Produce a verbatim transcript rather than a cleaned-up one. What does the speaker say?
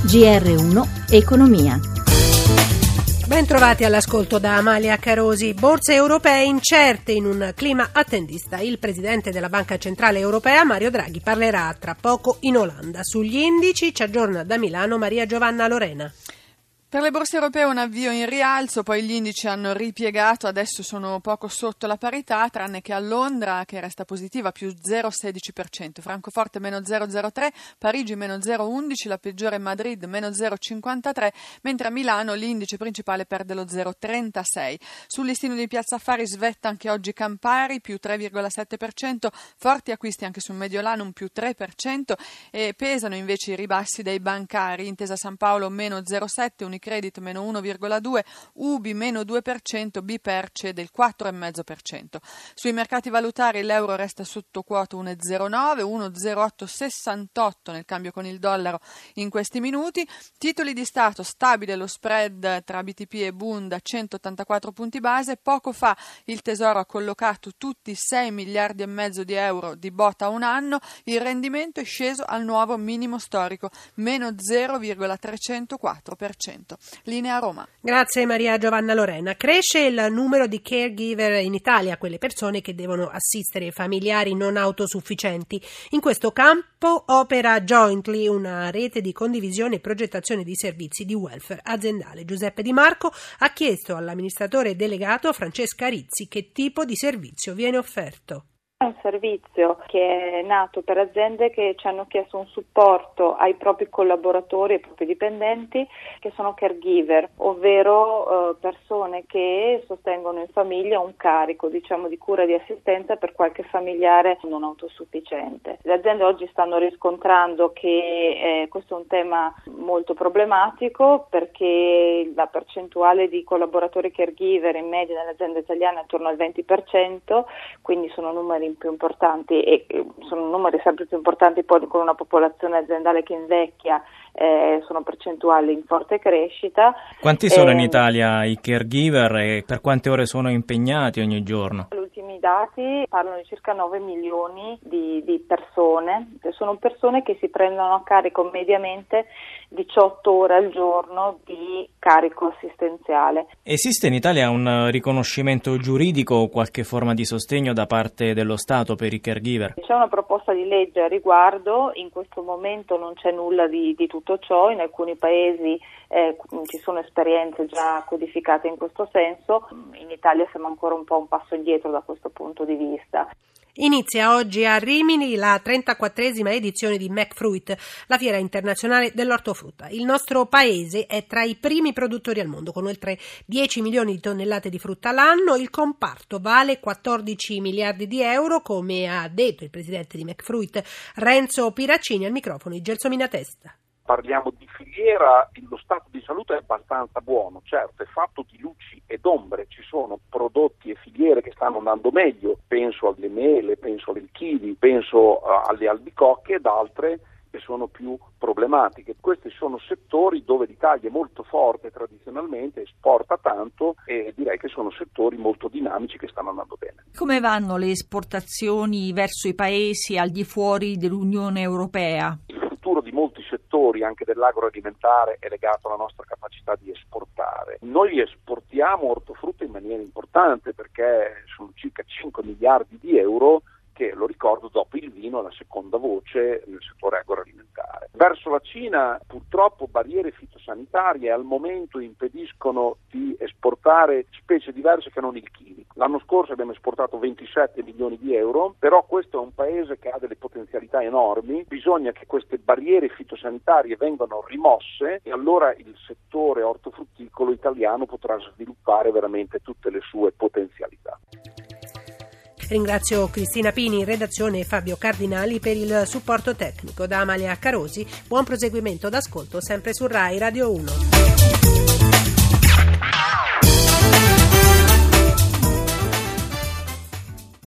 G R uno Economia. Ben trovati all'ascolto da Amalia Carosi. Borse europee incerte in un clima attendista. Il presidente della Banca Centrale Europea, Mario Draghi, parlerà tra poco in Olanda. Sugli indici ci aggiorna da Milano Maria Giovanna Lorena. Per le borse europee un avvio in rialzo, poi gli indici hanno ripiegato, adesso sono poco sotto la parità, tranne che a Londra, che resta positiva, più zero virgola sedici per cento, Francoforte meno zero virgola zero tre, Parigi meno zero virgola undici, la peggiore Madrid meno zero virgola cinquantatré, mentre a Milano l'indice principale perde lo zero virgola trentasei. Sul listino di Piazza Affari svetta anche oggi Campari, più tre virgola sette per cento, forti acquisti anche sul Mediolanum, più tre per cento, e pesano invece i ribassi dei bancari, Intesa San Paolo meno zero virgola sette, Credit meno uno virgola due, Ubi meno due per cento, Biperce del quattro virgola cinque per cento. Sui mercati valutari l'euro resta sotto quota uno virgola zero nove, uno virgola zero otto sessantotto nel cambio con il dollaro in questi minuti. Titoli di Stato, stabile lo spread tra B T P e Bund a centottantaquattro punti base. Poco fa il Tesoro ha collocato tutti sei miliardi e mezzo di euro di bota a un anno. Il rendimento è sceso al nuovo minimo storico, meno zero virgola trecentoquattro per cento. Linea Roma. Grazie Maria Giovanna Lorena. Cresce il numero di caregiver in Italia, quelle persone che devono assistere familiari non autosufficienti. In questo campo opera Jointly, una rete di condivisione e progettazione di servizi di welfare aziendale. Giuseppe Di Marco ha chiesto all'amministratore delegato Francesca Rizzi che tipo di servizio viene offerto. È un servizio che è nato per aziende che ci hanno chiesto un supporto ai propri collaboratori, ai propri dipendenti, che sono caregiver, ovvero eh, persone che sostengono in famiglia un carico, diciamo, di cura e di assistenza per qualche familiare non autosufficiente. Le aziende oggi stanno riscontrando che eh, questo è un tema molto problematico, perché la percentuale di collaboratori caregiver in media nelle aziende italiane è attorno al venti per cento, quindi sono numeri più importanti e sono numeri sempre più importanti poi con una popolazione aziendale che invecchia, eh, sono percentuali in forte crescita. Quanti sono eh, in Italia i caregiver e per quante ore sono impegnati ogni giorno? Gli ultimi dati parlano di circa nove milioni di, di persone, che sono persone che si prendono a carico mediamente diciotto ore al giorno di carico assistenziale. Esiste in Italia un riconoscimento giuridico o qualche forma di sostegno da parte dello Stato per i caregiver? C'è una proposta di legge a riguardo, in questo momento non c'è nulla di, di tutto ciò, in alcuni paesi eh, ci sono esperienze già codificate in questo senso, in Italia siamo ancora un po' un passo indietro da questo punto di vista. Inizia oggi a Rimini la trentaquattresima edizione di McFruit, la fiera internazionale dell'ortofrutta. Il nostro paese è tra i primi produttori al mondo, con oltre dieci milioni di tonnellate di frutta l'anno. Il comparto vale quattordici miliardi di euro, come ha detto il presidente di McFruit, Renzo Piraccini, al microfono di Gelsomina Testa. Parliamo di filiera, lo stato di salute è abbastanza buono, certo è fatto di luci ed ombre, ci sono prodotti e filiere che stanno andando meglio, penso alle mele, penso alle kiwi, penso alle albicocche ed altre che sono più problematiche. Questi sono settori dove l'Italia è molto forte tradizionalmente, esporta tanto e direi che sono settori molto dinamici che stanno andando bene. Come vanno le esportazioni verso i paesi al di fuori dell'Unione Europea? Di molti settori, anche dell'agroalimentare, è legato alla nostra capacità di esportare. Noi esportiamo ortofrutta in maniera importante perché sono circa cinque miliardi di euro che, lo ricordo, dopo il vino è la seconda voce nel settore agroalimentare. Verso la Cina purtroppo barriere fitosanitarie al momento impediscono di esportare specie diverse che non il kiwi. L'anno scorso abbiamo esportato ventisette milioni di euro, però questo è un paese che ha delle potenzialità enormi, bisogna che queste barriere fitosanitarie vengano rimosse e allora il settore ortofrutticolo italiano potrà sviluppare veramente tutte le sue potenzialità. Ringrazio Cristina Pini in redazione e Fabio Cardinali per il supporto tecnico. Da Amalia Carosi, buon proseguimento d'ascolto sempre su Rai Radio uno.